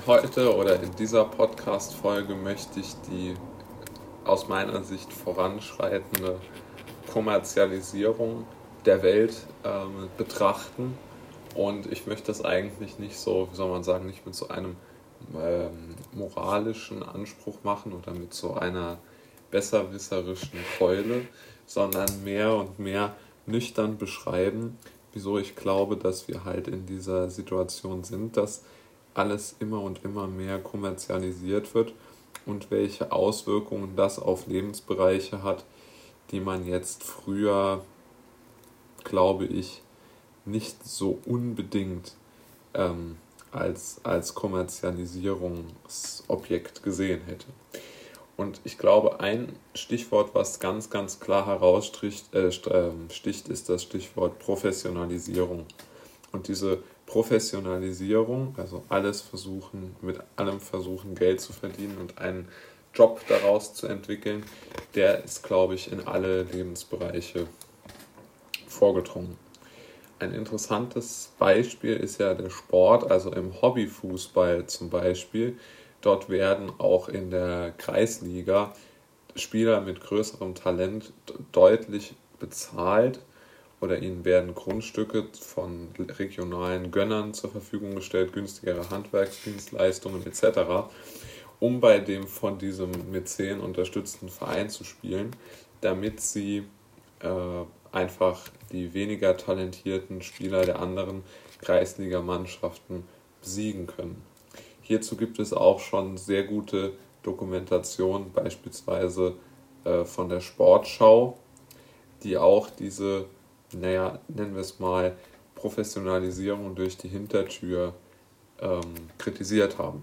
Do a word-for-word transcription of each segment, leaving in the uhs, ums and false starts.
Heute oder in dieser Podcast-Folge möchte ich die aus meiner Sicht voranschreitende Kommerzialisierung der Welt ähm, betrachten. Und ich möchte das eigentlich nicht so, wie soll man sagen, nicht mit so einem ähm, moralischen Anspruch machen oder mit so einer besserwisserischen Keule, sondern mehr und mehr nüchtern beschreiben, wieso ich glaube, dass wir halt in dieser Situation sind, dass alles immer und immer mehr kommerzialisiert wird und welche Auswirkungen das auf Lebensbereiche hat, die man jetzt früher, glaube ich, nicht so unbedingt ähm, als, als Kommerzialisierungsobjekt gesehen hätte. Und ich glaube, ein Stichwort, was ganz, ganz klar heraussticht, äh, sticht, ist das Stichwort Professionalisierung. Und diese Professionalisierung, also alles versuchen, mit allem versuchen, Geld zu verdienen und einen Job daraus zu entwickeln, der ist, glaube ich, in alle Lebensbereiche vorgedrungen. Ein interessantes Beispiel ist ja der Sport, also im Hobbyfußball zum Beispiel. Dort werden auch in der Kreisliga Spieler mit größerem Talent deutlich bezahlt oder ihnen werden Grundstücke von regionalen Gönnern zur Verfügung gestellt, günstigere Handwerksdienstleistungen et cetera, um bei dem von diesem Mäzen unterstützten Verein zu spielen, damit sie äh, einfach die weniger talentierten Spieler der anderen Kreisligamannschaften besiegen können. Hierzu gibt es auch schon sehr gute Dokumentationen, beispielsweise äh, von der Sportschau, die auch diese, naja, nennen wir es mal, Professionalisierung durch die Hintertür ähm, kritisiert haben.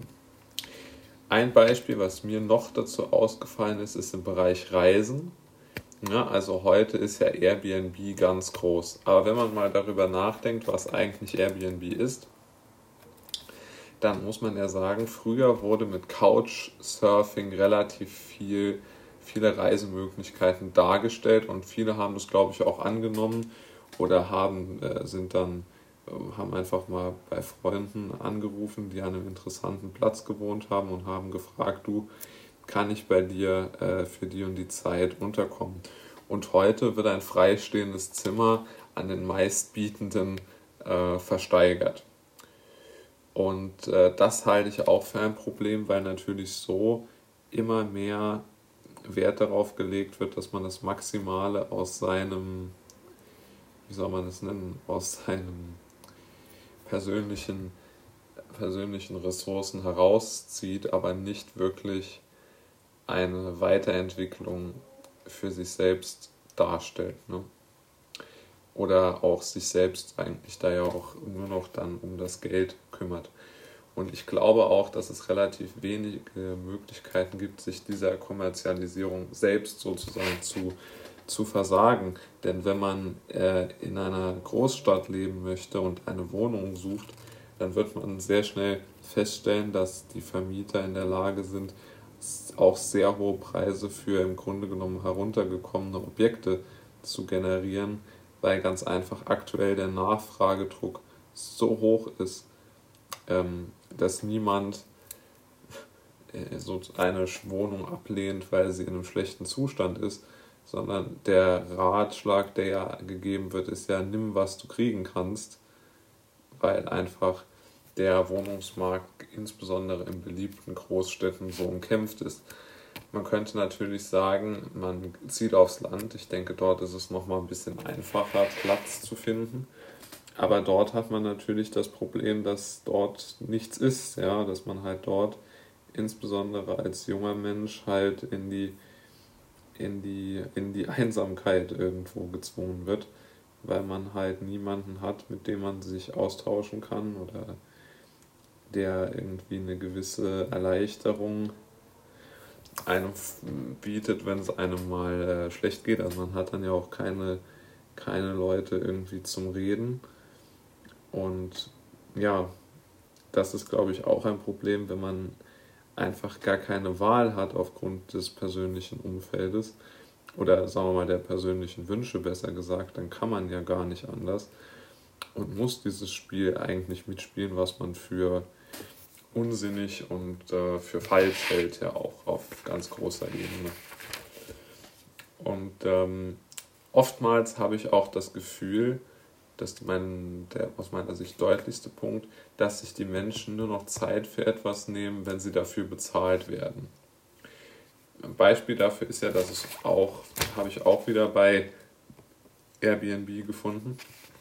Ein Beispiel, was mir noch dazu ausgefallen ist, ist im Bereich Reisen. Ja, also heute ist ja Airbnb ganz groß. Aber wenn man mal darüber nachdenkt, was eigentlich Airbnb ist, dann muss man ja sagen, früher wurde mit Couchsurfing relativ viel, viele Reisemöglichkeiten dargestellt und viele haben das, glaube ich, auch angenommen oder haben, äh, sind dann, äh, haben einfach mal bei Freunden angerufen, die an einem interessanten Platz gewohnt haben und haben gefragt, du, kann ich bei dir äh, für die und die Zeit unterkommen? Und heute wird ein freistehendes Zimmer an den meistbietenden äh, versteigert. Und äh, das halte ich auch für ein Problem, weil natürlich so immer mehr Wert darauf gelegt wird, dass man das Maximale aus seinem, wie soll man es nennen, aus seinem persönlichen, persönlichen Ressourcen herauszieht, aber nicht wirklich eine Weiterentwicklung für sich selbst darstellt. Ne? Oder auch sich selbst eigentlich da ja auch nur noch dann um das Geld kümmert. Und ich glaube auch, dass es relativ wenige Möglichkeiten gibt, sich dieser Kommerzialisierung selbst sozusagen zu, zu versagen. Denn wenn man äh, in einer Großstadt leben möchte und eine Wohnung sucht, dann wird man sehr schnell feststellen, dass die Vermieter in der Lage sind, auch sehr hohe Preise für im Grunde genommen heruntergekommene Objekte zu generieren, weil ganz einfach aktuell der Nachfragedruck so hoch ist, ähm, dass niemand äh, so eine Wohnung ablehnt, weil sie in einem schlechten Zustand ist, sondern der Ratschlag, der ja gegeben wird, ist ja, nimm, was du kriegen kannst, weil einfach der Wohnungsmarkt insbesondere in beliebten Großstädten so umkämpft ist. Man könnte natürlich sagen, man zieht aufs Land. Ich denke, dort ist es nochmal ein bisschen einfacher, Platz zu finden. Aber dort hat man natürlich das Problem, dass dort nichts ist. Ja? Dass man halt dort insbesondere als junger Mensch halt in die, in die, in die Einsamkeit irgendwo gezwungen wird, weil man halt niemanden hat, mit dem man sich austauschen kann oder der irgendwie eine gewisse Erleichterung einem bietet, wenn es einem mal äh, schlecht geht. Also man hat dann ja auch keine, keine Leute irgendwie zum Reden. Und ja, das ist, glaube ich, auch ein Problem, wenn man einfach gar keine Wahl hat aufgrund des persönlichen Umfeldes oder sagen wir mal der persönlichen Wünsche, besser gesagt, dann kann man ja gar nicht anders und muss dieses Spiel eigentlich mitspielen, was man für unsinnig und äh, für falsch hält, ja auch auf ganz großer Ebene. Und ähm, oftmals habe ich auch das Gefühl, dass mein, der aus meiner Sicht deutlichste Punkt, dass sich die Menschen nur noch Zeit für etwas nehmen, wenn sie dafür bezahlt werden. Ein Beispiel dafür ist ja, dass es auch, habe ich auch wieder bei Airbnb gefunden,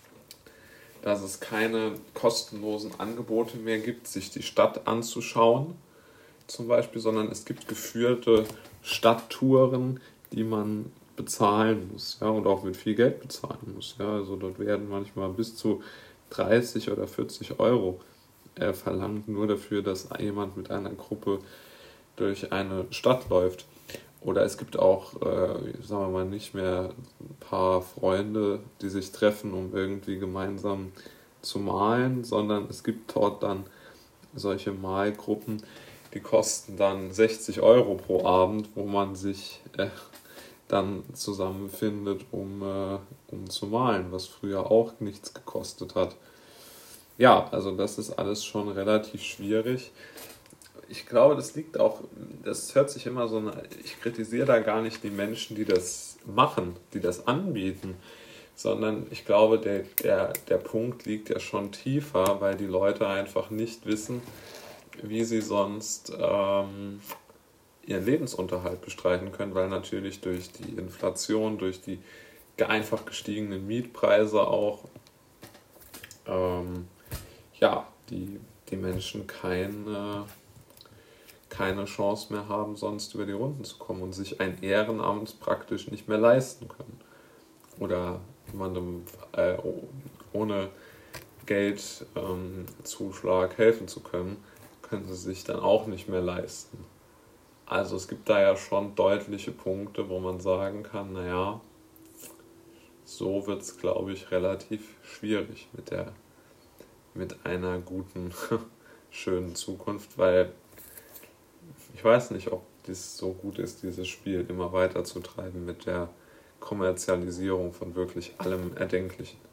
dass es keine kostenlosen Angebote mehr gibt, sich die Stadt anzuschauen, zum Beispiel, sondern es gibt geführte Stadttouren, die man bezahlen muss, ja, und auch mit viel Geld bezahlen muss. Ja. Also dort werden manchmal bis zu dreißig oder vierzig Euro äh, verlangt, nur dafür, dass jemand mit einer Gruppe durch eine Stadt läuft. Oder es gibt auch, äh, sagen wir mal, nicht mehr ein paar Freunde, die sich treffen, um irgendwie gemeinsam zu malen, sondern es gibt dort dann solche Malgruppen, die kosten dann sechzig Euro pro Abend, wo man sich äh, dann zusammenfindet, um, äh, um zu malen, was früher auch nichts gekostet hat. Ja, also das ist alles schon relativ schwierig. Ich glaube, das liegt auch, das hört sich immer so, eine, ich kritisiere da gar nicht die Menschen, die das machen, die das anbieten, sondern ich glaube, der, der, der Punkt liegt ja schon tiefer, weil die Leute einfach nicht wissen, wie sie sonst ähm, ihren Lebensunterhalt bestreiten können, weil natürlich durch die Inflation, durch die einfach gestiegenen Mietpreise auch ähm, ja, die, die Menschen keine keine Chance mehr haben, sonst über die Runden zu kommen und sich ein Ehrenamt praktisch nicht mehr leisten können. Oder jemandem äh, ohne Geldzuschlag ähm, helfen zu können, können sie sich dann auch nicht mehr leisten. Also es gibt da ja schon deutliche Punkte, wo man sagen kann, naja, so wird es, glaube ich, relativ schwierig mit, der, mit einer guten, schönen Zukunft, weil ich weiß nicht, ob das so gut ist, dieses Spiel immer weiter zu treiben mit der Kommerzialisierung von wirklich allem Erdenklichen.